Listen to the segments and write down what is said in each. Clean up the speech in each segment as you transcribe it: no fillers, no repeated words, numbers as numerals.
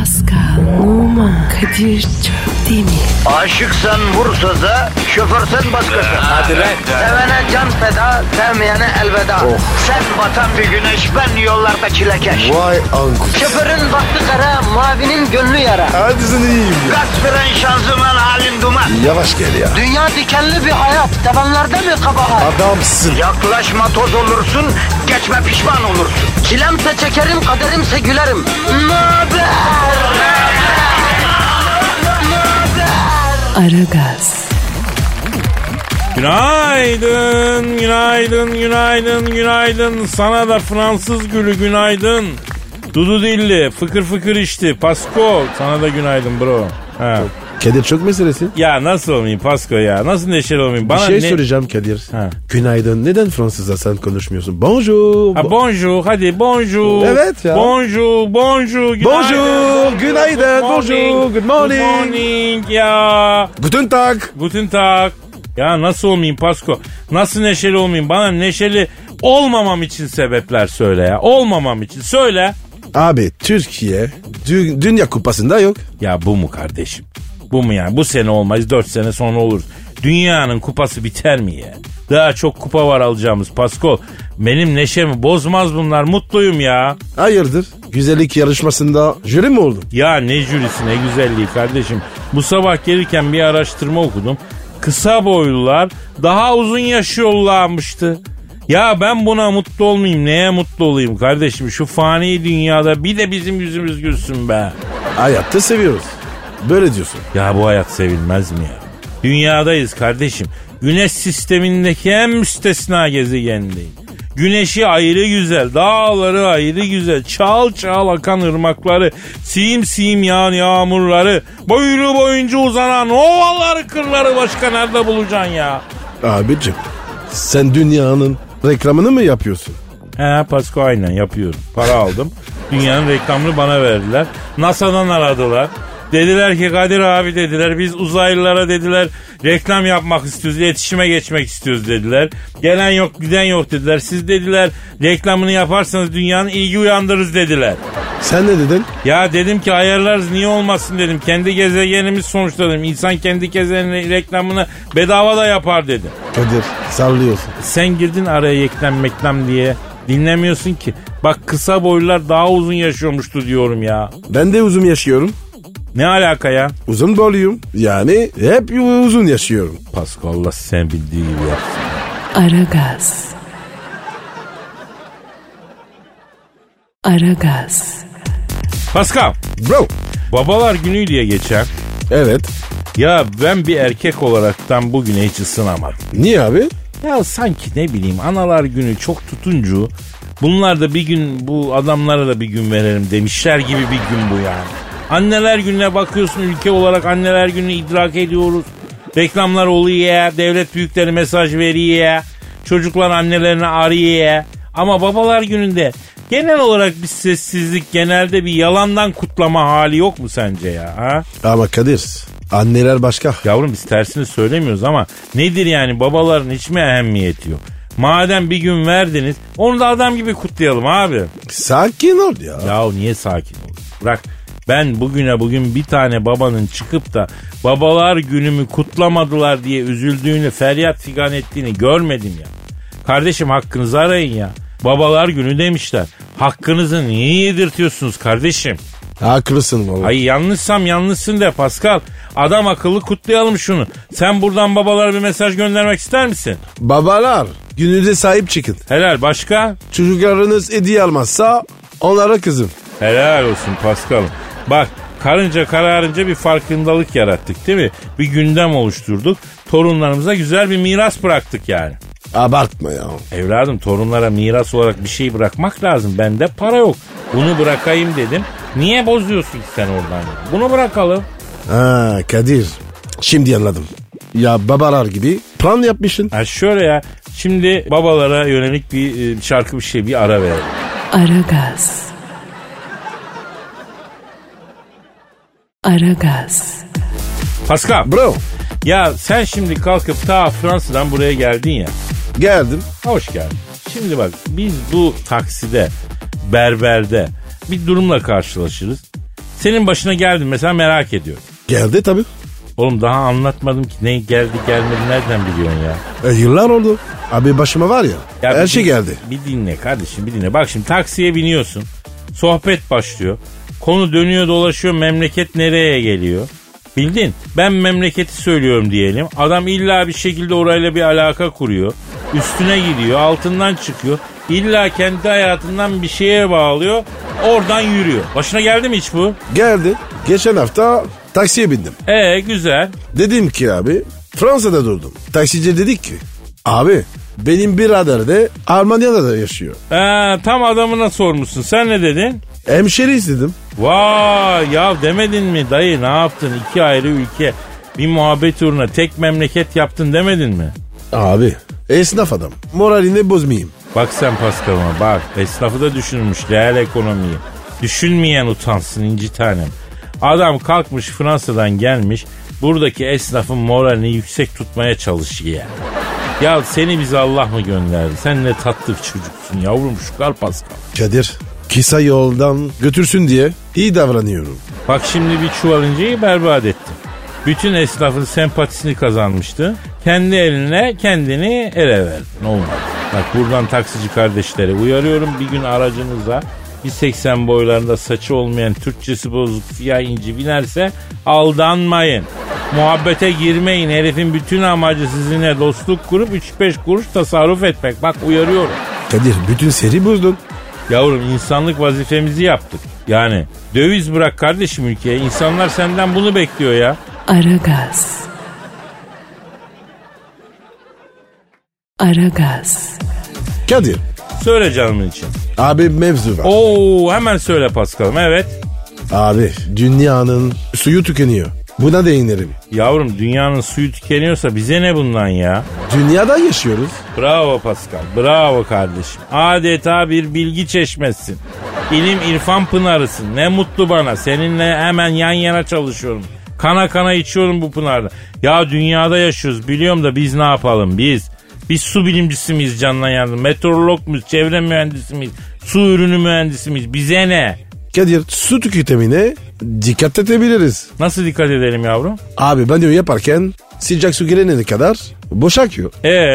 Pascal, Oman, Kadir çok değil mi? Aşıksan vursa da, şoförsen başkasın. Hadi lan. Sevene can feda, sevmeyene elveda. Sen batan bir güneş, ben yollarda çilekeş. Vay anku. Şoförün baktı kara, mavinin gönlü yara. Hadi sen iyiyim ya. Kasperen şanzıman halin duman. Yavaş gel ya. Dünya dikenli bir hayat, sevenlerde mi kabahar? Adamsın. Yaklaşma toz olursun, geçme pişman olursun. Çilemse çekerim, kaderimse gülerim. Möber! Aragaz, Günaydın, günaydın, günaydın, günaydın. Sana da Fransız gülü günaydın. Dudu dilli, fıkır fıkır içti. Pasko, sana da günaydın bro. Ha. Kadir çok meselesi. Ya nasıl olmayayım Pasko ya? Nasıl neşeli olmayayım? Bana Bir şey soracağım Kadir. Ha. Günaydın. Neden Fransızca sen konuşmuyorsun? Bonjour. Ha, bonjour, hadi bonjour. Evet ya. Bonjour, bonjour, günaydın. Bonjour, günaydın, bonjour, good morning. Good morning ya. Guten Tag. Guten Tag. Ya nasıl olmayayım Pasko? Nasıl neşeli olmayayım? Bana neşeli olmamam için sebepler söyle ya. Olmamam için söyle. Abi Türkiye Dünya Kupası'nda yok. Ya bu mu kardeşim? Bu mu yani? Bu sene olmaz, 4 sene sonra olur. Dünyanın kupası biter mi ya? Daha çok kupa var alacağımız Pasko. Benim neşemi bozmaz bunlar. Mutluyum ya. Hayırdır? Güzellik yarışmasında jüri mi oldun? Ya ne jürisi ne güzelliği kardeşim. Bu sabah gelirken bir araştırma okudum. Kısa boylular daha uzun yaşıyorlarmıştı. Ya ben buna mutlu olmayayım. Neye mutlu olayım kardeşim? Şu fani dünyada bir de bizim yüzümüz gülsün be. Hayatta seviyoruz. Böyle diyorsun. Ya bu hayat sevilmez mi ya? Dünyadayız kardeşim. Güneş sistemindeki en müstesna gezegendeyiz. Güneşi ayrı güzel, dağları ayrı güzel, çağıl çağıl akan ırmakları, sim sim yağan yağmurları, boylu boyunca uzanan ovaları, kırları başka nerede bulacaksın ya? Abicim sen dünyanın reklamını mı yapıyorsun? He Pasko aynen yapıyorum. Para aldım. Dünyanın reklamını bana verdiler. NASA'dan aradılar. Dediler ki Kadir abi dediler biz uzaylılara dediler reklam yapmak istiyoruz, iletişime geçmek istiyoruz dediler. Gelen yok giden yok dediler. Siz dediler reklamını yaparsanız dünyanın ilgi uyandırırız dediler. Sen ne dedin? Ya dedim ki ayarlarız niye olmasın dedim. Kendi gezegenimiz sonuçta dedim. İnsan kendi gezegeninin reklamını bedava da yapar dedim. Kadir sallıyorsun. Sen girdin araya reklam diye. Dinlemiyorsun ki. Bak kısa boylular daha uzun yaşıyormuştu diyorum ya. Ben de uzun yaşıyorum. Ne alaka ya? Uzun boyluyum. Yani hep uzun yaşıyorum. Pasko Allah sen bildiği gibi yapsın. Aragaz. Aragaz. Pascal, Bro. babalar günü diye geçer. Evet. Ya ben bir erkek olaraktan bugüne hiç ısınamadım. Niye abi? Ya sanki ne bileyim analar günü çok tutuncu. Bunlar da bir gün bu adamlara da bir gün verelim demişler gibi bir gün bu yani. Anneler gününe bakıyorsun ülke olarak anneler gününü idrak ediyoruz. Reklamlar oluyor, devlet büyükleri mesaj veriyor, çocuklar annelerini arıyor. Ama babalar gününde genel olarak bir sessizlik, genelde bir yalandan kutlama hali yok mu sence ya? Ha? Ama Kadir anneler başka. Yavrum biz tersini söylemiyoruz ama nedir yani babaların hiç mi ehemmiyeti yok? Madem bir gün verdiniz onu da adam gibi kutlayalım abi. Sakin ol ya. Ya niye sakin ol? Bırak. Ben bugün bir tane babanın çıkıp da babalar günümü kutlamadılar diye üzüldüğünü, feryat figan ettiğini görmedim ya. Kardeşim hakkınızı arayın ya. Babalar günü demişler. Hakkınızı niye yedirtiyorsunuz kardeşim? Haklısın vallahi. Ay yanlışsam yanlışsın de Pascal. Adam akıllı kutlayalım şunu. Sen buradan babalara bir mesaj göndermek ister misin? Babalar gününüze sahip çıkın. Helal başka? Çocuklarınız hediye almazsa onlara kızın. Helal olsun Pascal'ım. Bak karınca kararınca bir farkındalık yarattık değil mi? Bir gündem oluşturduk. Torunlarımıza güzel bir miras bıraktık yani. Abartma ya. Evladım torunlara miras olarak bir şey bırakmak lazım. Bende para yok. Bunu bırakayım dedim. Niye bozuyorsun sen oradan? Bunu bırakalım. Ha Kadir. Şimdi anladım. Ya babalar gibi plan yapmışsın. Ha şöyle ya. Şimdi babalara yönelik bir şarkı bir ara verelim. Aragaz. Aragaz. Pascal. Bro. Ya sen şimdi kalkıp ta Fransa'dan buraya geldin ya. Geldim. Hoş geldin. Şimdi bak biz bu takside, berberde bir durumla karşılaşırız. Senin başına geldi mesela, merak ediyorum. Geldi tabii. Oğlum daha anlatmadım ki ne geldi gelmedi nereden biliyorsun ya? Yıllar oldu. Abi başıma var ya, her şey geldi. Bir dinle kardeşim, bir dinle. Bak şimdi taksiye biniyorsun. Sohbet başlıyor. Konu dönüyor dolaşıyor, memleket nereye geliyor? Bildin? Ben memleketi söylüyorum diyelim. Adam illa bir şekilde orayla bir alaka kuruyor. Üstüne gidiyor, altından çıkıyor. İlla kendi hayatından bir şeye bağlıyor. Oradan yürüyor. Başına geldi mi hiç bu? Geldi. Geçen hafta taksiye bindim. Güzel. Dedim ki abi, Fransa'da durdum. Taksici dedik ki, abi benim birader de Almanya'da da yaşıyor. Tam adamına sormuşsun. Sen ne dedin? Hemşeriyiz dedim. Vay ya, demedin mi dayı, ne yaptın? 2 ayrı ülke, bir muhabbet uğruna tek memleket yaptın demedin mi? Abi esnaf adam, moralini bozmayayım. Bak sen Paskal'ıma bak, esnafı da düşünmüş, reel ekonomiyi. Düşünmeyen utansın inci tanem. Adam kalkmış Fransa'dan gelmiş, buradaki esnafın moralini yüksek tutmaya çalışıyor yani. Ya seni bize Allah mı gönderdi? Sen ne tatlı bir çocuksun yavrum, şükür Paskal. Kadir, kısa yoldan götürsün diye iyi davranıyorum. Bak şimdi bir çuval inciyi berbat ettin. Bütün esnafın sempatisini kazanmıştı. Kendi eline kendini ele verdi. Ne olmaz. Bak buradan taksici kardeşlere uyarıyorum. Bir gün aracınıza 1.80 boylarında saçı olmayan, Türkçesi bozuk siyah inci binerse aldanmayın. Muhabbete girmeyin. Herifin bütün amacı sizinle dostluk kurup 3-5 kuruş tasarruf etmek. Bak uyarıyorum. Kadir, bütün seri bozdun. Yavrum insanlık vazifemizi yaptık. Yani döviz bırak kardeşim ülkeye. İnsanlar senden bunu bekliyor ya. Aragaz. Aragaz. Kadir, Söyle canımın için. abi mevzu var. Oo, hemen söyle Paskal'ım, evet. Abi dünyanın suyu tükeniyor. Buna değinelim. Yavrum dünyanın suyu tükeniyorsa bize ne bundan ya? Dünyada yaşıyoruz. Bravo Pascal, bravo kardeşim. Adeta bir bilgi çeşmesin. İlim irfan pınarısın. Ne mutlu bana. Seninle hemen yan yana çalışıyorum. Kana kana içiyorum bu pınarda. Ya dünyada yaşıyoruz biliyorum da biz ne yapalım biz? Biz su bilimcisi miyiz canına yandım? Meteorolog muyuz? Çevre mühendisi miyiz? Su ürünü mühendisi miyiz? Bize ne? Kadir, su tüketimine dikkat edebiliriz. Nasıl dikkat edelim yavrum? Abi banyo yaparken sıcak su gelene kadar boş akıyor.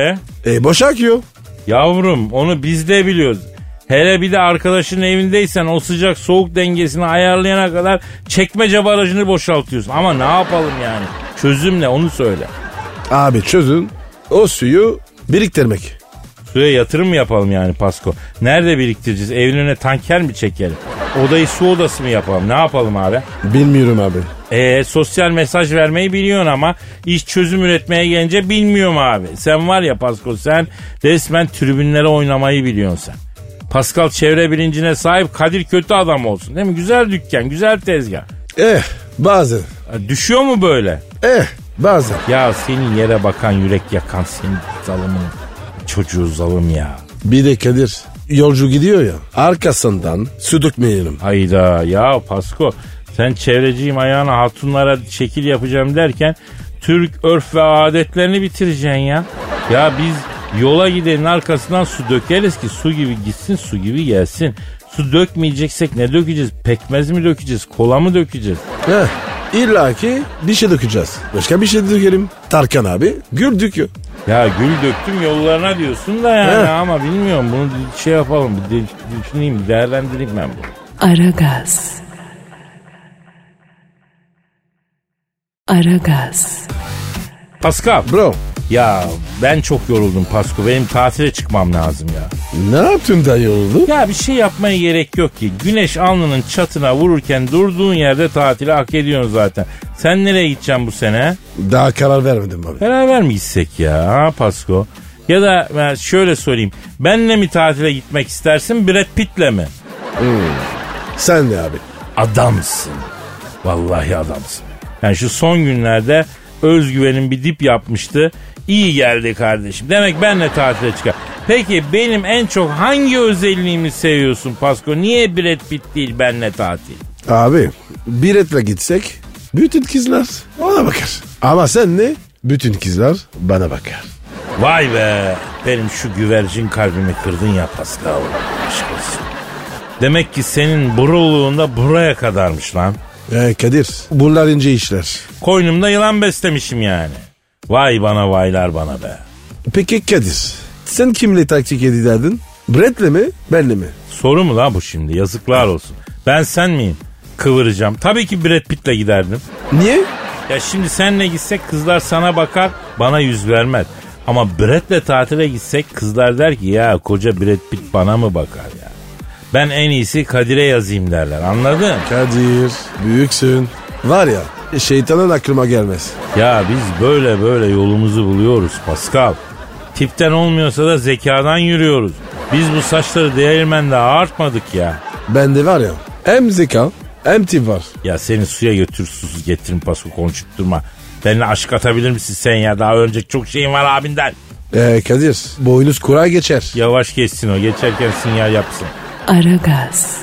Boş akıyor. Yavrum onu biz de biliyoruz. Hele bir de arkadaşının evindeysen o sıcak soğuk dengesini ayarlayana kadar çekmece barajını boşaltıyorsun. Ama ne yapalım yani? Çözüm ne onu söyle. Abi çözün o suyu biriktirmek. Suya yatırım mı yapalım yani Pasko? Nerede biriktireceğiz? Evin önüne tanker mi çekelim? Odayı su odası mı yapalım? Ne yapalım abi? Bilmiyorum abi. Sosyal mesaj vermeyi biliyorsun ama iş çözüm üretmeye gelince bilmiyorum abi. Sen var ya Pasko, sen resmen tribünlere oynamayı biliyorsun sen. Pascal çevre bilincine sahip, Kadir kötü adam olsun değil mi? Güzel dükkan, güzel tezgah. Bazen. Düşüyor mu böyle? Bazen. Ya senin yere bakan yürek yakan senin zalımın çocuğu zalım ya. Bir de Kadir, yolcu gidiyor ya, arkasından su dökmeyelim. Hayda ya Pasko, sen çevreciyim ayağına hatunlara şekil yapacağım derken Türk örf ve adetlerini bitireceksin ya. Ya biz yola gidenin arkasından su dökeriz ki su gibi gitsin, su gibi gelsin. Su dökmeyeceksek ne dökeceğiz? Pekmez mi dökeceğiz? Kola mı dökeceğiz? İlla ki bir şey dökeceğiz. Başka bir şey dökelim. Tarkan abi gül döküyor. Ya gül döktüm yollarına diyorsun da yani ama bilmiyorum, bunu şey yapalım, bir düşüneyim, bir değerlendireyim ben bunu. Aragaz. Aragaz. Pascal. Bro. Ya ben çok yoruldum Pasko. Benim tatile çıkmam lazım ya. Ne yaptın da yoruldu? Ya bir şey yapmaya gerek yok ki. Güneş alnının çatına vururken durduğun yerde tatili hak ediyorsun zaten. Sen nereye gideceksin bu sene? Daha karar vermedim abi. Beraber mi gitsek ya ha Pasko? Ya da ben şöyle sorayım. Benle mi tatile gitmek istersin, Brad Pitt'le mi? Sen de abi. Adamsın. Vallahi adamsın. Yani şu son günlerde özgüvenin bir dip yapmıştı. İyi geldi kardeşim. Demek benle tatile çıkar. Peki benim en çok hangi özelliğimi seviyorsun Pasko? Niye Brad Pitt değil benle tatil? Abi bir etle gitsek bütün kızlar ona bakar. Ama sen ne? Bütün kızlar bana bakar. Vay be. Benim şu güvercin kalbimi kırdın ya Pascal. Aşk olsun. Demek ki senin buruluğunda buraya kadarmış lan. Kadir bunlar ince işler. Koynumda yılan beslemişim yani. Vay bana vaylar bana be. Peki Kadir sen kimle taktik ederdin? Brett'le mi benle mi? Soru mu la bu şimdi? Yazıklar olsun. Ben sen miyim? Kıvıracağım. Tabii ki Brad Pitt'le giderdim. Niye? Ya şimdi senle gitsek kızlar sana bakar, bana yüz vermez. Ama Brad'le tatile gitsek kızlar der ki ya koca Brad Pitt bana mı bakar ya? Ben en iyisi Kadir'e yazayım derler, anladın? Kadir büyüksün. Var ya şeytanın aklıma gelmez. Ya biz böyle böyle yolumuzu buluyoruz Pascal. Tipten olmuyorsa da zekadan yürüyoruz. Biz bu saçları değirmende ağartmadık ya. Bende var ya hem zeka hem tip var. Ya seni suya götür susuz getirin Pasko, konuşup durma. Benimle aşk atabilir misin sen ya? Daha önceki çok şeyin var abinden. Kadir boynuz kura geçer. Yavaş geçsin o, geçerken sinyal yapsın. Aragaz.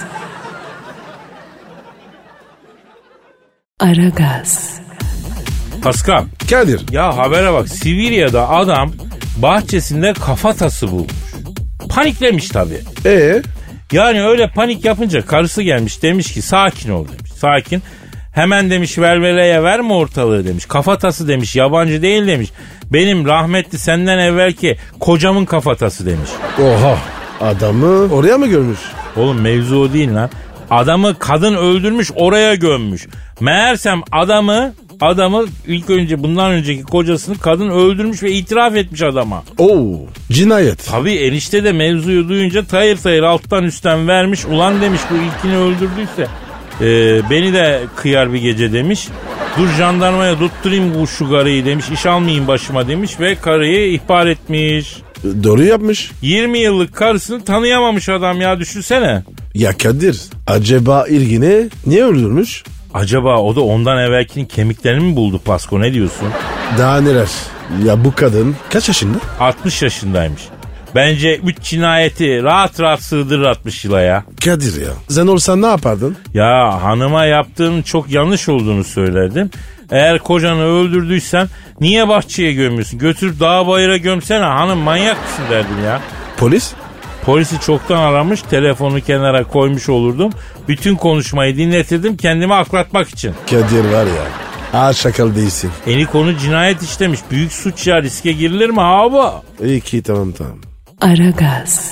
Aragaz. Pascal. Kadir. Ya habere bak, Sibirya'da adam bahçesinde kafatası bulmuş. Paniklemiş tabii. Yani öyle panik yapınca karısı gelmiş, demiş ki sakin ol demiş. Sakin. Hemen demiş velveleye verme ortalığı demiş. Kafatası demiş, yabancı değil demiş. Benim rahmetli senden evvelki kocamın kafatası demiş. Oha, adamı oraya mı görmüş? Oğlum mevzu o değil lan. Adamı kadın öldürmüş, oraya gömmüş. Meğersem adamı ilk önce bundan önceki kocasını kadın öldürmüş ve itiraf etmiş adama. Oo, cinayet. Tabii enişte de mevzuyu duyunca tayır tayır alttan üstten vermiş. Ulan demiş bu ilkini öldürdüyse beni de kıyar bir gece demiş. Dur jandarmaya tutturayım şu karıyı demiş. İş almayayım başıma demiş ve karıyı ihbar etmiş. Doğru yapmış. 20 yıllık karısını tanıyamamış adam ya, düşünsene. Ya Kadir, acaba ilgini niye öldürmüş? Acaba o da ondan evvelkinin kemiklerini mi buldu Pasko, ne diyorsun? Daha neler? Ya bu kadın kaç yaşında? 60 yaşındaymış. Bence 3 cinayeti rahat rahat sığdırır 60 yıla ya. Kadir ya, sen olsan ne yapardın? Ya hanıma yaptığının çok yanlış olduğunu söylerdim. Eğer kocanı öldürdüysen niye bahçeye gömüyorsun? Götürüp dağa bayıra gömsene hanım, manyak mısın derdim ya. Polis? Polisi çoktan aramış, telefonu kenara koymuş olurdum. Bütün konuşmayı dinletirdim kendimi aklatmak için. Kadir var ya, ağır şakal değilsin. Konu cinayet işlemiş, büyük suç ya, riske girilir mi abi? İyi ki tamam. Aragaz.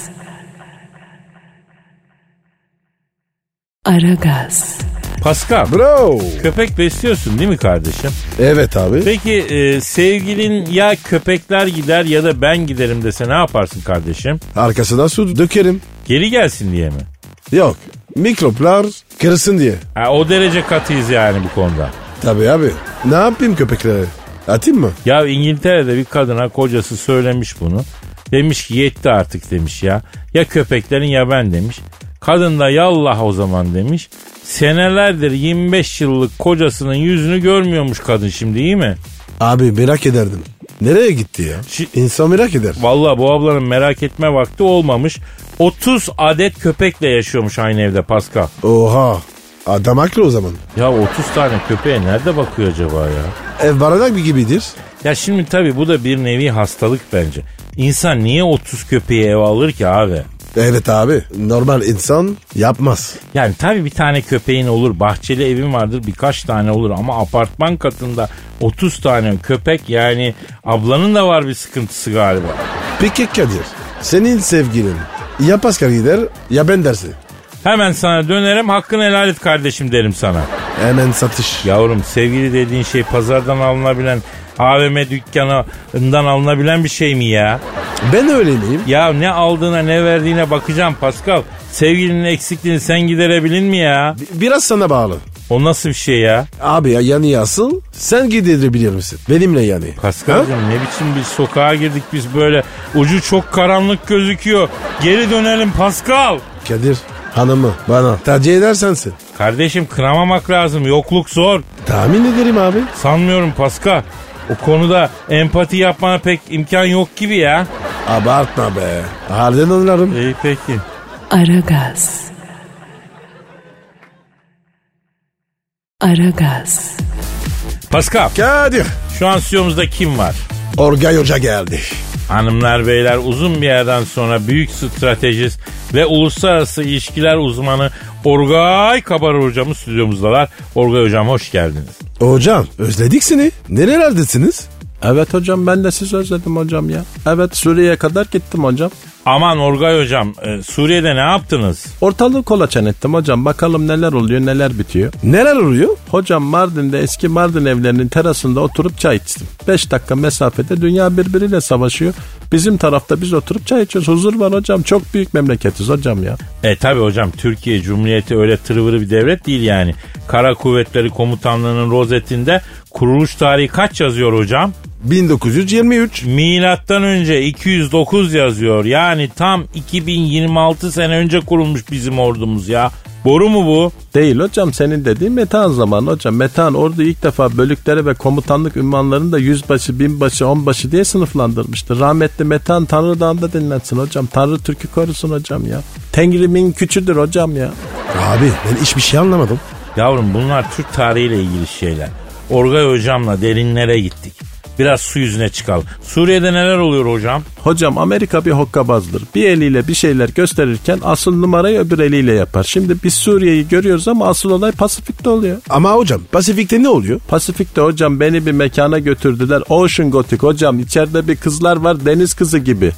Aragaz. Pascal. Bro. Köpek besliyorsun değil mi kardeşim? Evet abi. Peki sevgilin ya köpekler gider ya da ben giderim dese ne yaparsın kardeşim? Arkasına su dökerim. Geri gelsin diye mi? Yok, mikroplar kırılsın diye. O derece katıyız yani bu konuda. Tabii abi. Ne yapayım köpeklere? Atayım mı? Ya İngiltere'de bir kadına kocası söylemiş bunu. Demiş ki yetti artık demiş ya. Ya köpeklerin ya ben demiş. Kadın da yallah o zaman demiş. Senelerdir 25 yıllık kocasının yüzünü görmüyormuş kadın şimdi, iyi mi? Abi merak ederdim. Nereye gitti ya? İnsan merak eder. Vallahi bu ablanın merak etme vakti olmamış. 30 adet köpekle yaşıyormuş aynı evde Pascal. Oha. Adam haklı o zaman. Ya 30 tane köpeğe nerede bakıyor acaba ya? Ev barınak bir gibidir. Ya şimdi tabii bu da bir nevi hastalık bence. İnsan niye 30 köpeği ev alır ki abi? Evet abi. Normal insan yapmaz. Yani tabii bir tane köpeğin olur, bahçeli evin vardır, birkaç tane olur ama apartman katında 30 tane köpek, yani ablanın da var bir sıkıntısı galiba. Peki Kadir, senin sevgilin ya Pascal gider ya ben dersin. Hemen sana dönerim, hakkını helal et kardeşim derim sana. Hemen satış. Yavrum sevgili dediğin şey pazardan alınabilen, AVM dükkanından alınabilen bir şey mi ya? Ben öyle miyim? Ya ne aldığına ne verdiğine bakacağım Pascal. Sevgilinin eksikliğini sen giderebilin mi ya? Biraz sana bağlı. O nasıl bir şey ya? Abi ya yani asıl sen gidebilir misin? Benimle yani. Pascal'cığım ne biçim bir sokağa girdik biz böyle, ucu çok karanlık gözüküyor. Geri dönelim Pascal. Kadir, hanımı bana tercih eder sensin. Kardeşim kınamamak lazım, yokluk zor. Tahmin ederim abi. Sanmıyorum Pascal. O konuda empati yapmana pek imkan yok gibi ya. Abartma be. Harbiden anlarım. İyi peki. Aragaz. Aragaz. Pascal. Kadir. Şu an stüdyomuzda kim var? Orgay Hoca geldi. Hanımlar beyler, uzun bir yerden sonra büyük stratejist ve uluslararası ilişkiler uzmanı Orgay Kabarır hocamız stüdyomuzdalar. Orgay hocam hoş geldiniz. Hocam özledik seni. Nerelerdesiniz? Evet hocam, ben de sizi özledim hocam ya. Evet, Suriye'ye kadar gittim hocam. Aman Orgay hocam, Suriye'de ne yaptınız? Ortalığı kolaçan ettim hocam. Bakalım neler oluyor, neler bitiyor. Neler oluyor? Hocam Mardin'de eski Mardin evlerinin terasında oturup çay içtim. 5 dakika mesafede dünya birbiriyle savaşıyor. Bizim tarafta biz oturup çay içiyoruz. Huzur var hocam. Çok büyük memleketiz hocam ya. Tabi hocam, Türkiye Cumhuriyeti öyle tırvırı bir devlet değil yani. Kara Kuvvetleri Komutanlığı'nın rozetinde kuruluş tarihi kaç yazıyor hocam? 1923. Milattan önce 209 yazıyor. Yani tam 2026 sene önce kurulmuş bizim ordumuz ya. Boru mu bu? Değil hocam, senin dediğin Metehan zamanı hocam. Metehan ordu ilk defa bölüklere ve komutanlık ünvanlarını da yüzbaşı, binbaşı, onbaşı diye sınıflandırmıştı. Rahmetli Metehan Tanrı Dağı'nda dinlensin hocam. Tanrı Türk'ü korusun hocam ya. Tengrimin küçüdür hocam ya. Abi ben hiçbir şey anlamadım. Yavrum bunlar Türk tarihiyle ilgili şeyler. Orgay hocamla derinlere gittik. Biraz su yüzüne çıkalım. Suriye'de neler oluyor hocam? Hocam Amerika bir hokkabazdır. Bir eliyle bir şeyler gösterirken asıl numarayı öbür eliyle yapar. Şimdi biz Suriye'yi görüyoruz ama asıl olay Pasifik'te oluyor. Ama hocam Pasifik'te ne oluyor? Pasifik'te hocam beni bir mekana götürdüler. Ocean Gothic hocam. İçeride bir kızlar var, deniz kızı gibi.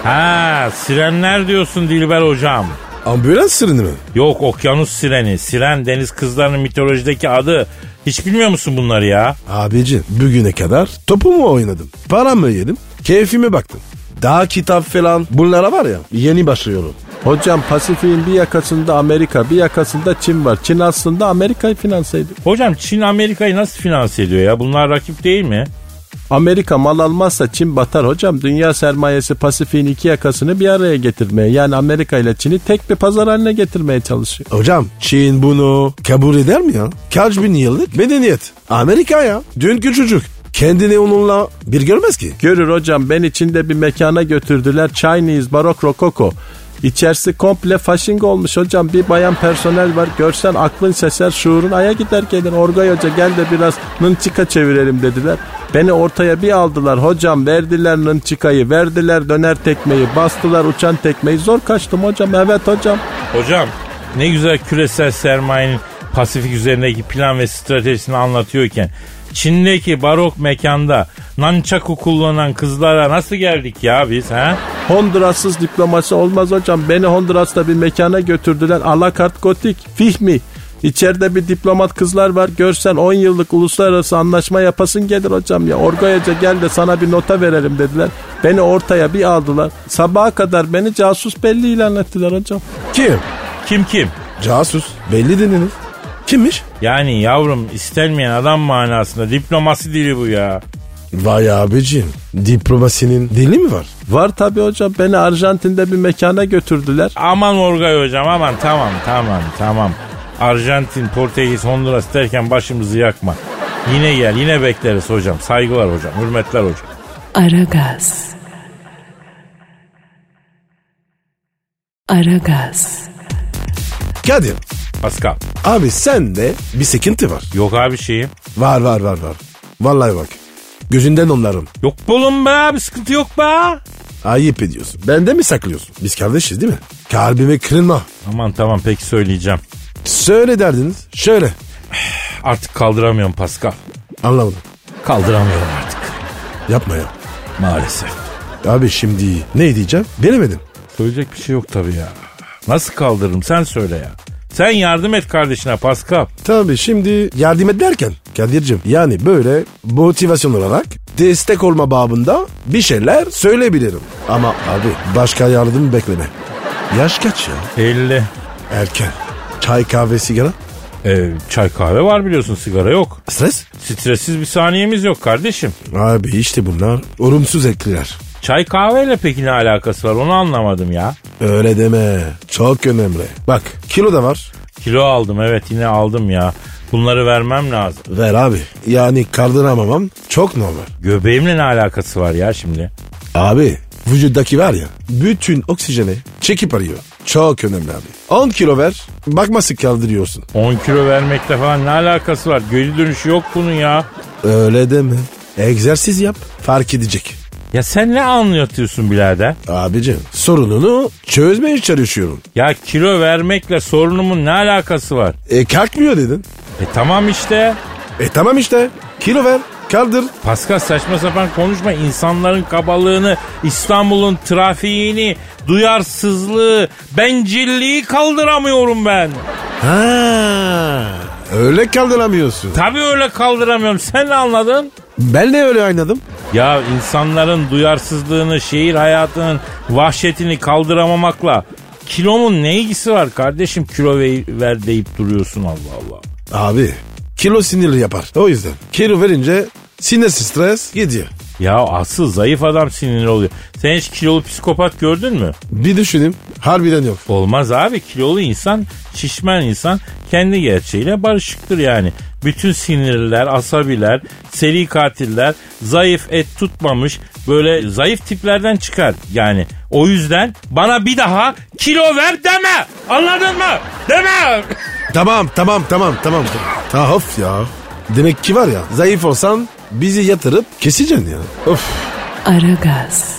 Ha, sirenler diyorsun Dilber hocam. Ambulans sireni mi? Yok, okyanus sireni. Siren deniz kızlarının mitolojideki adı. Hiç bilmiyor musun bunları ya? Abici bugüne kadar topu mu oynadım? Para mı yedim? Keyfime baktım. Daha kitap falan bunlara var ya, yeni başlıyorum. Hocam Pasifik'in bir yakasında Amerika, bir yakasında Çin var. Çin aslında Amerika'yı finanse ediyor. Hocam Çin Amerika'yı nasıl finanse ediyor ya? Bunlar rakip değil mi? Amerika mal almazsa Çin batar hocam. Dünya sermayesi Pasifik'in iki yakasını bir araya getirmeye, yani Amerika ile Çin'i tek bir pazar haline getirmeye çalışıyor. Hocam Çin bunu kabul eder mi ya? Kaç bin yıllık medeniyet. Amerika ya. Dünkü çocuk. Kendini onunla bir görmez ki. Görür hocam, ben içinde bir mekana götürdüler. Chinese Barok Rokoko. İçerisi komple faşing olmuş hocam. Bir bayan personel var. Görsen aklın şaşar, şuurun aya gider gelir. Orgay Hoca gel de biraz nınçika çevirelim dediler. Beni ortaya bir aldılar hocam. Verdiler nınçikayı, verdiler döner tekmeyi, bastılar uçan tekmeyi. Zor kaçtım hocam. Evet hocam. Hocam ne güzel küresel sermayenin Pasifik üzerindeki plan ve stratejisini anlatıyorken Çin'deki barok mekanda nunchaku kullanan kızlara nasıl geldik ya biz ha? Honduras'sız diplomasi olmaz hocam. Beni Honduras'ta bir mekana götürdüler. Alakart gotik. Fihmi. İçeride bir diplomat kızlar var. Görsen 10 yıllık uluslararası anlaşma yapasın gelir hocam ya. Orgay Hoca gel de sana bir nota verelim dediler. Beni ortaya bir aldılar. Sabaha kadar beni casus belli ilan ettiler hocam. Kim? Casus. Belli dediniz. Kimmiş? Yani yavrum istenmeyen adam manasında, diplomasi dili bu ya. Vay abicim. Diplomasinin dili mi var? Var tabii hocam. Beni Arjantin'de bir mekana götürdüler. Aman Orgay hocam aman, tamam. Arjantin, Portekiz, Honduras derken başımızı yakma. Yine gel, yine bekleriz hocam. Saygılar hocam, hürmetler hocam. Aragaz. Kadir. Pascal. Abi sende bir sıkıntı var. Yok abi şeyim. Var. Vallahi bak. Gözünden onların. Yok bulun be abi, sıkıntı yok be. Ayıp ediyorsun. Bende mi saklıyorsun? Biz kardeşiz değil mi? Kalbime kırılma. Aman tamam peki söyleyeceğim. Söyle derdiniz. Şöyle. Artık kaldıramıyorum Pascal. Anlamadım. Kaldıramıyorum artık. Yapma ya. Maalesef. Abi şimdi ne diyeceğim? Bilemedim. Söyleyecek bir şey yok tabii ya. Nasıl kaldırırım sen söyle ya. Sen yardım et kardeşine Pascal. Tabii şimdi yardım et derken Kadir'cim yani böyle motivasyon olarak destek olma babında bir şeyler söyleyebilirim. Ama abi başka yardım bekleme. Yaş kaç ya? 50. Erken. Çay kahve sigara? Çay kahve var biliyorsun, sigara yok. Stres? Stressiz bir saniyemiz yok kardeşim. Abi işte bunlar olumsuz etkiler. Çay kahveyle peki ne alakası var onu anlamadım ya. Öyle deme. Çok önemli. Bak kilo da var. Kilo aldım, evet yine aldım ya. Bunları vermem lazım. Ver abi. Yani kaldıramamam çok normal. Göbeğimle ne alakası var ya şimdi? Abi vücuttaki var ya bütün oksijeni çekip arıyor. Çok önemli abi. 10 kilo ver. Bakma kaldırıyorsun. 10 kilo vermekle falan ne alakası var? Geri dönüşü yok bunun ya. Öyle deme. Egzersiz yap. Fark edecek. Ya sen ne anlatıyorsun birader? Abicim sorununu çözmeye çalışıyorum. Ya kilo vermekle sorunumun ne alakası var? Kalkmıyor dedin. Tamam işte. Tamam işte. Kilo ver. Kaldır. Pascal saçma sapan konuşma. İnsanların kabalığını, İstanbul'un trafiğini, duyarsızlığı, bencilliği kaldıramıyorum ben. Ha, öyle kaldıramıyorsun. Tabii öyle kaldıramıyorum. Sen ne anladın? Ben de öyle anladım. Ya insanların duyarsızlığını, şehir hayatının vahşetini kaldıramamakla kilomun ne ilgisi var kardeşim? Kilo ver deyip duruyorsun, Allah Allah. Abi kilo sinirli yapar. O yüzden kilo verince sinir stres gidiyor. Ya asıl zayıf adam sinirli oluyor. Sen hiç kilolu psikopat gördün mü? Bir düşüneyim. Harbiden yok. Olmaz abi, kilolu insan, şişman insan kendi gerçeğiyle barışıktır yani. Bütün sinirliler, asabiler, seri katiller, zayıf et tutmamış böyle zayıf tiplerden çıkar. Yani o yüzden bana bir daha kilo ver deme. Anladın mı? Deme. Tamam. Of ya. Demek ki var ya zayıf olsan bizi yatırıp keseceksin ya. Of. Aragaz.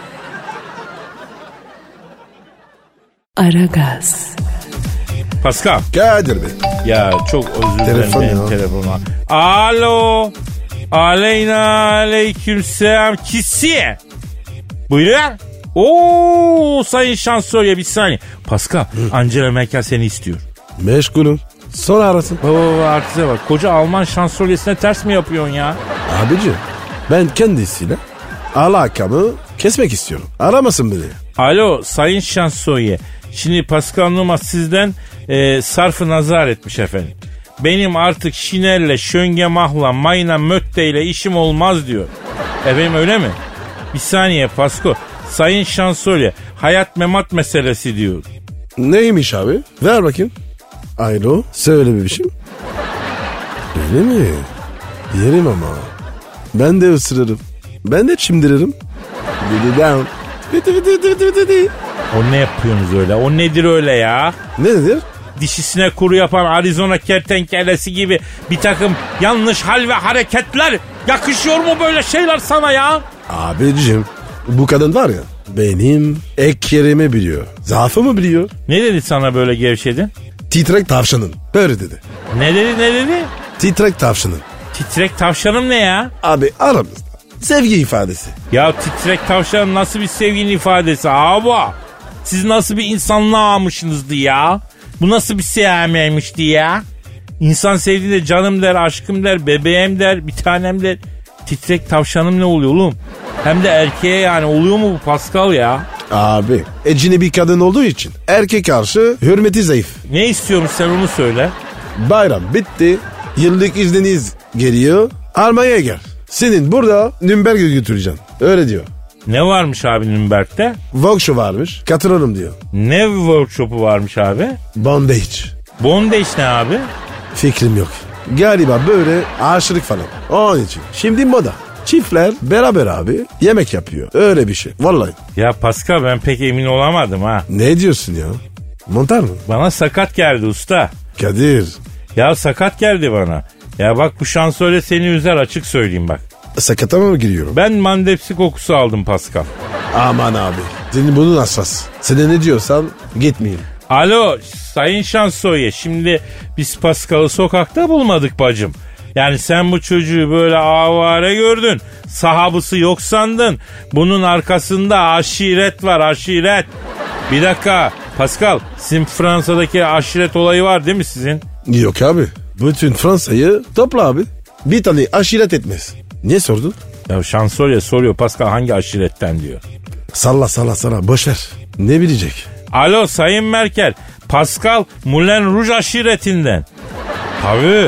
Aragaz. Pascal. Kadir Bey. Ya çok özür dilerim Telefon benim ya. telefonuma. Alo. Aleyna aleykümselam. Kisi. Buyurun. Oo sayın şansölye bir saniye. Pascal, Angela Merkel seni istiyor. Meşgulüm. Sonra arasın. Baba artize bak. Koca Alman şansölyesine ters mi yapıyorsun ya? Abici ben kendisiyle alakamı kesmek istiyorum. Aramasın beni. Alo sayın şansölye. Şimdi Pascal Numa sizden sarfı nazar etmiş efendim. Benim artık Şiner'le, Şöngemah'la, Mayna Mötte'yle işim olmaz diyor. Efendim öyle mi? Bir saniye Pasko. Sayın şansölye hayat memat meselesi diyor. Neymiş abi? Ver bakayım. Alo söyle bebişim. Öyle mi? Yerim ama. Ben de ısırırım. Ben de çimdiririm. Didi down. O ne yapıyorsunuz öyle? O nedir öyle ya? Ne nedir? Dişisine kuru yapan Arizona kertenkelesi gibi bir takım yanlış hal ve hareketler. Yakışıyor mu böyle şeyler sana ya? Abicim bu kadın var ya benim ek yerimi biliyor. Zaafımı biliyor. Ne dedi sana böyle gevşedin? Titrek tavşanın. Böyle dedi. Ne dedi? Titrek tavşanın. Titrek tavşanım ne ya? Abi aramızda. Sevgi ifadesi. Ya titrek tavşanın nasıl bir sevginin ifadesi abi? Siz nasıl bir insanlığa almışsınızdı ya? Bu nasıl bir sevmeymişti ya? İnsan sevdiğinde canım der, aşkım der, bebeğim der, bir tanem der. Titrek tavşanım ne oluyor oğlum? Hem de erkeğe yani, oluyor mu bu Pascal ya? Abi ecine bir kadın olduğu için erkek karşı hürmeti zayıf. Ne istiyormuş sen onu söyle. Bayram bitti. Yıllık izniniz geliyor. Almanya'ya gel. Senin burada Nürnberg'e götüreceğim. Öyle diyor. Ne varmış abi Nürnberg'de? Workshop varmış. Katılırım diyor. Ne workshop'u varmış abi? Bondage. Bondage ne abi? Fikrim yok. Galiba böyle aşırılık falan. Onun için. Şimdi moda. Çiftler beraber abi yemek yapıyor. Öyle bir şey. Vallahi. Ya Pascal ben pek emin olamadım ha. Ne diyorsun ya? Montar mı? Bana sakat geldi usta. Kadir. Ya sakat geldi bana. Ya bak bu şansölye seni üzer, açık söyleyeyim bak. Sakata mı giriyorum? Ben mandepsi kokusu aldım Pascal. Aman abi. Senin bunun hassas. Sen ne diyorsan gitmeyeyim. Alo sayın şansölye, şimdi biz Pascal'ı sokakta bulmadık bacım. Yani sen bu çocuğu böyle avare gördün. Sahabısı yok sandın. Bunun arkasında aşiret var, aşiret. Bir dakika Pascal, sizin Fransa'daki aşiret olayı var değil mi sizin? Yok abi. Bütün Fransa'yı topla abi. Bir tane aşiret etmez. Niye sordun? Ya şansölye soruyor Pascal hangi aşiretten diyor. Salla boşver. Ne bilecek? Alo sayın Merkel, Pascal Moulin Rouge aşiretinden. Tabii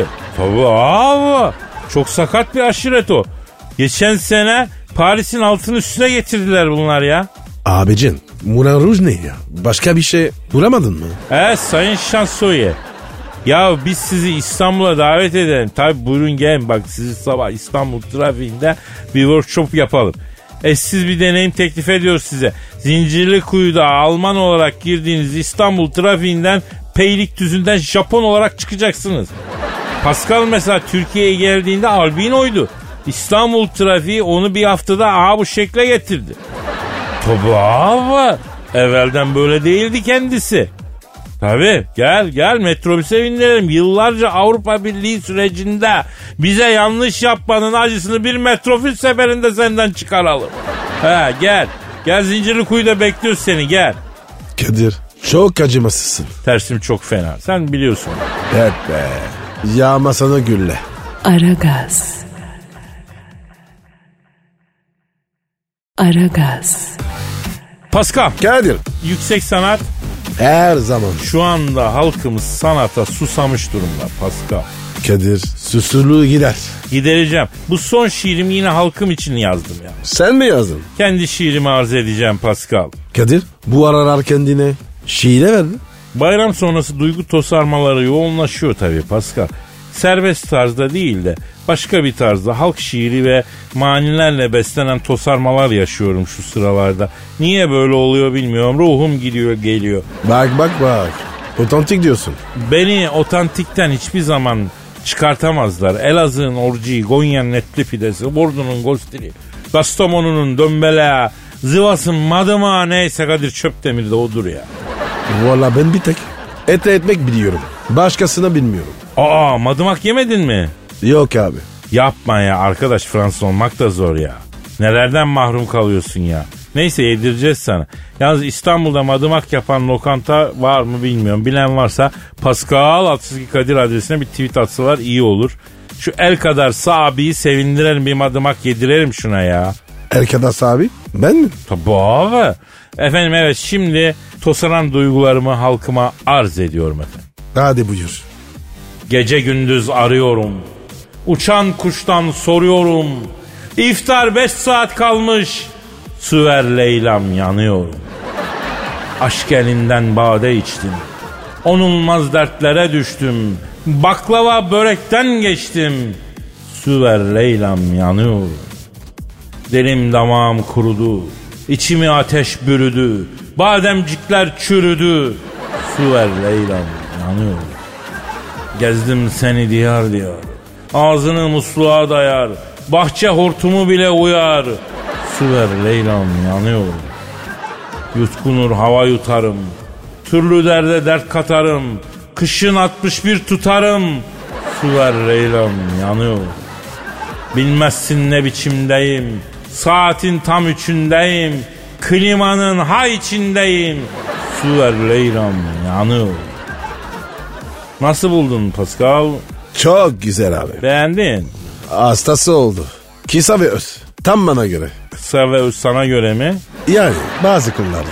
abi. Çok sakat bir aşiret o. Geçen sene Paris'in altın üstüne getirdiler bunlar ya. Abicin Moulin Rouge ne ya? Başka bir şey bulamadın mı? Evet sayın şansölye. Ya biz sizi İstanbul'a davet edelim. Tabii buyurun gelin, bak sizi sabah İstanbul trafiğinde bir workshop yapalım. Eşsiz bir deneyim teklif ediyoruz size. Zincirlikuyu'da Alman olarak girdiğiniz İstanbul trafiğinden, Beylikdüzü'nden Japon olarak çıkacaksınız. Pascal mesela Türkiye'ye geldiğinde albinoydu. İstanbul trafiği onu bir haftada bu şekle getirdi. Tabii abi. Evvelden böyle değildi kendisi. Tabii gel metrobüse bindirelim. Yıllarca Avrupa Birliği sürecinde bize yanlış yapmanın acısını bir metrobüs seferinde senden çıkaralım. Gel Zincirlikuyu'da bekliyoruz seni, gel. Kadir çok acımasızsın. Tersim çok fena, sen biliyorsun. Evet be. Yağmasana gülle. Aragaz. Pascal, Kadir. yüksek sanat Her zaman. şu anda halkımız sanata susamış durumda Pascal. Kadir susurluğu gider. Gidereceğim. Bu son şiirimi yine halkım için yazdım ya. Sen mi yazdın? Kendi şiirimi arz edeceğim Pascal. Kadir bu aralar kendine şiire verdin. Bayram sonrası duygu tosarmaları yoğunlaşıyor tabii Pascal. Serbest tarzda değil de başka bir tarzda halk şiiri ve manilerle beslenen tosarmalar yaşıyorum şu sıralarda. Niye böyle oluyor bilmiyorum. Ruhum gidiyor geliyor. Bak. Otantik diyorsun. Beni otantikten hiçbir zaman çıkartamazlar. Elazığ'ın orciyi, Gonya'nın etli pidesi, Bordunun gostiri, Kastamonu'nun dömbeleği, Zivas'ın madımağı, neyse Kadir Çöpdemir de odur ya. Valla ben bir tek etle etmek biliyorum. Başkasını bilmiyorum. Madımak yemedin mi? Yok abi. Yapma ya arkadaş, Fransız olmak da zor ya. Nelerden mahrum kalıyorsun ya. Neyse yedireceğiz sana. Yalnız İstanbul'da madımak yapan lokanta var mı bilmiyorum. Bilen varsa Pascal _Kadir adresine bir tweet atsalar iyi olur. Şu el kadar abiyi sevindirelim, bir madımak yedirelim şuna ya. El kadar abi? Ben mi? Tabii abi. Efendim evet, şimdi tosaran duygularımı halkıma arz ediyorum efendim. Hadi buyur. Gece gündüz arıyorum. Uçan kuştan soruyorum. İftar 5 saat kalmış. Su ver Leyla'm, yanıyorum. Aşk elinden bade içtim. Onulmaz dertlere düştüm. Baklava börekten geçtim. Su ver Leyla'm, yanıyorum. Dilim damağım kurudu. İçimi ateş bürüdü. Bademcikler çürüdü. Su ver Leyla'm, yanıyorum. Gezdim seni diyar diyar. Ağzını musluğa dayar. Bahçe hortumu bile uyar. Su ver Leyla'm, yanıyorum. Yutkunur hava yutarım. Türlü derde dert katarım. Kışın 61 tutarım. Su ver Leyla'm, yanıyorum. Bilmezsin ne biçimdeyim. Saatin tam 3'ündeyim. Klimanın ha içindeyim. Su ver Leyla'm, yanıyorum. Nasıl buldun Pascal? Çok güzel abi. Beğendin? Hastası oldu. Kısa ve öz. Tam bana göre. Kısa ve öz sana göre mi? Yani bazı konularda.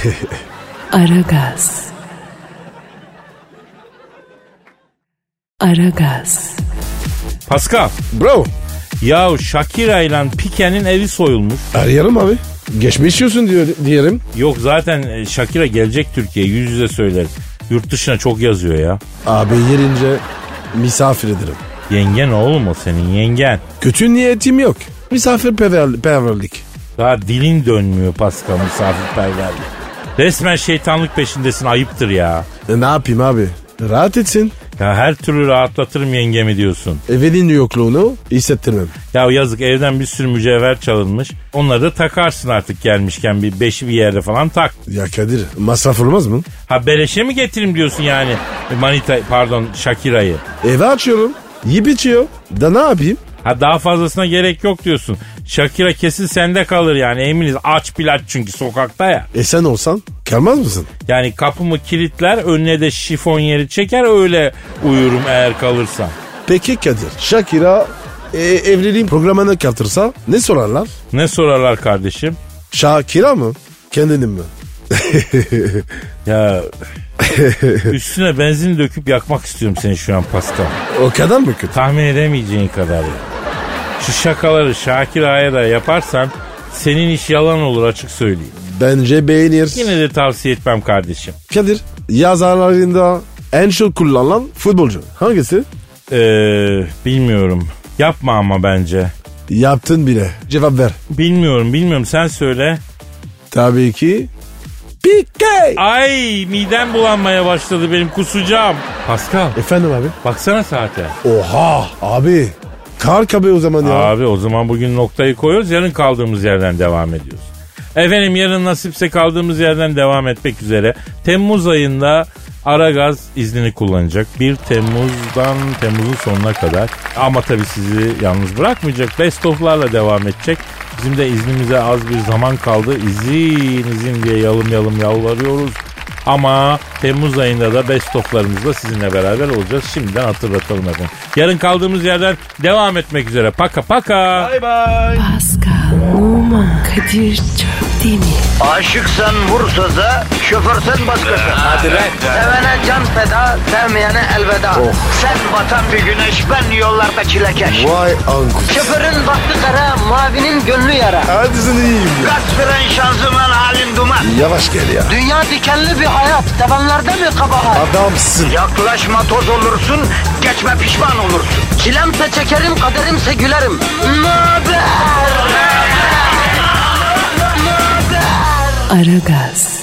Aragaz. Pascal. Bravo. Ya Shakira ile Pique'nin evi soyulmuş. Arayalım abi. Geçmiş olsun diyelim. Yok zaten Shakira gelecek Türkiye'ye, yüz yüze söyleriz. Yurt dışına çok yazıyor ya. Abi yerince misafir ederim. Yengen oğlum, o senin yengen. Kötü niyetim yok. Misafirperverlik. Daha dilin dönmüyor Pascal, misafirperverlik. Resmen şeytanlık peşindesin, ayıptır ya. Ne yapayım abi? Rahat etsin. Ya her türlü rahatlatırım yengemi diyorsun. Evinin yokluğunu hissettirmem. Ya yazık, evden bir sürü mücevher çalınmış. Onları da takarsın artık gelmişken, bir beşi bir yerde falan tak. Ya Kadir, masraf olmaz mı? Ha beleşe mi getireyim diyorsun yani Shakira'yı? Eve açıyorum. Yiyip içiyor. Da ne yapayım? Ha daha fazlasına gerek yok diyorsun. Shakira kesin sende kalır yani, eminiz. Aç pilaç çünkü sokakta ya. Sen olsan kalmaz mısın? Yani kapımı kilitler, önüne de şifon yeri çeker, öyle uyurum eğer kalırsam. Peki Kadir, Shakira evliliğin programına katırsa ne sorarlar? Ne sorarlar kardeşim? Shakira mı? Kendini mi? Ya üstüne benzin döküp yakmak istiyorum seni şu an Pascal. O kadar mı kötü? Tahmin edemeyeceğin kadar ya. Şu şakaları Shakira'ya da yaparsan senin iş yalan olur, açık söyleyeyim. Bence beğenir. Yine de tavsiye etmem kardeşim. Kadir, yaz aylarında en çok kullanılan futbolcu hangisi? Bilmiyorum. Yapma ama bence. Yaptın bile. Cevap ver. Bilmiyorum sen söyle. Tabii ki Pique. Ay midem bulanmaya başladı benim, kusacağım. Pascal Efendim abi? baksana saate. Oha abi. Kalk abi o zaman ya. Abi o zaman bugün noktayı koyuyoruz. Yarın kaldığımız yerden devam ediyoruz. Efendim yarın nasipse kaldığımız yerden devam etmek üzere. Temmuz ayında Aragaz iznini kullanacak. 1 Temmuz'un sonuna kadar. Ama tabii sizi yalnız bırakmayacak. Best of'larla devam edecek. Bizim de iznimize az bir zaman kaldı. İzin diye yalım yalvarıyoruz. Ama Temmuz ayında da best of'larımızla sizinle beraber olacağız. Şimdiden hatırlatalım efendim. Yarın kaldığımız yerden devam etmek üzere. Paka. Bye bye. Pascal, Oman, Kadir çok değil mi? Aşıksan vursa da, şoförsen başkasın. Hadi lan. Sevene can feda, sevmeyene elveda. Sen batan bir güneş, ben yollarda çilekeş. Vay anku. Şoförün baktı kara, mavinin gönlü yara. Hadi sen iyiyim ya. Kasperen şanzıman halin duman. Yavaş gel ya. Dünya dikenli bir hayat, sevenlerde mi kabahar? Adamsın. Yaklaşma toz olursun, geçme pişman olursun. Çilemse çekerim, kaderimse gülerim. Möber! Aragaz.